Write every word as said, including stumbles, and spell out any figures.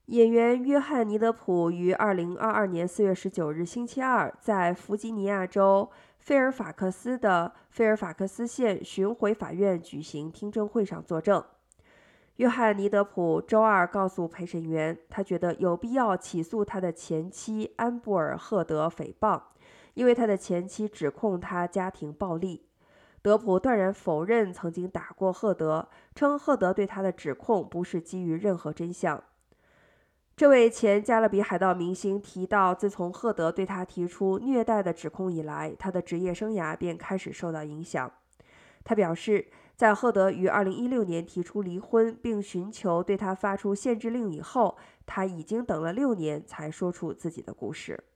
演员约翰尼德普于二零二二年四月十九日星期二在弗吉尼亚州菲尔法克斯的菲尔法克斯县巡回法院举行听证会上作证。约翰尼德普周二告诉陪审员，他觉得有必要起诉他的前妻安布尔·赫德诽谤，因为他的前妻指控他家庭暴力。德普断然否认曾经打过赫德，称赫德对他的指控不是基于任何真相。这位前加勒比海盗明星提到，自从赫德对他提出虐待的指控以来，他的职业生涯便开始受到影响。他表示，在赫德于二零一六年提出离婚并寻求对他发出限制令以后，他已经等了六年才说出自己的故事。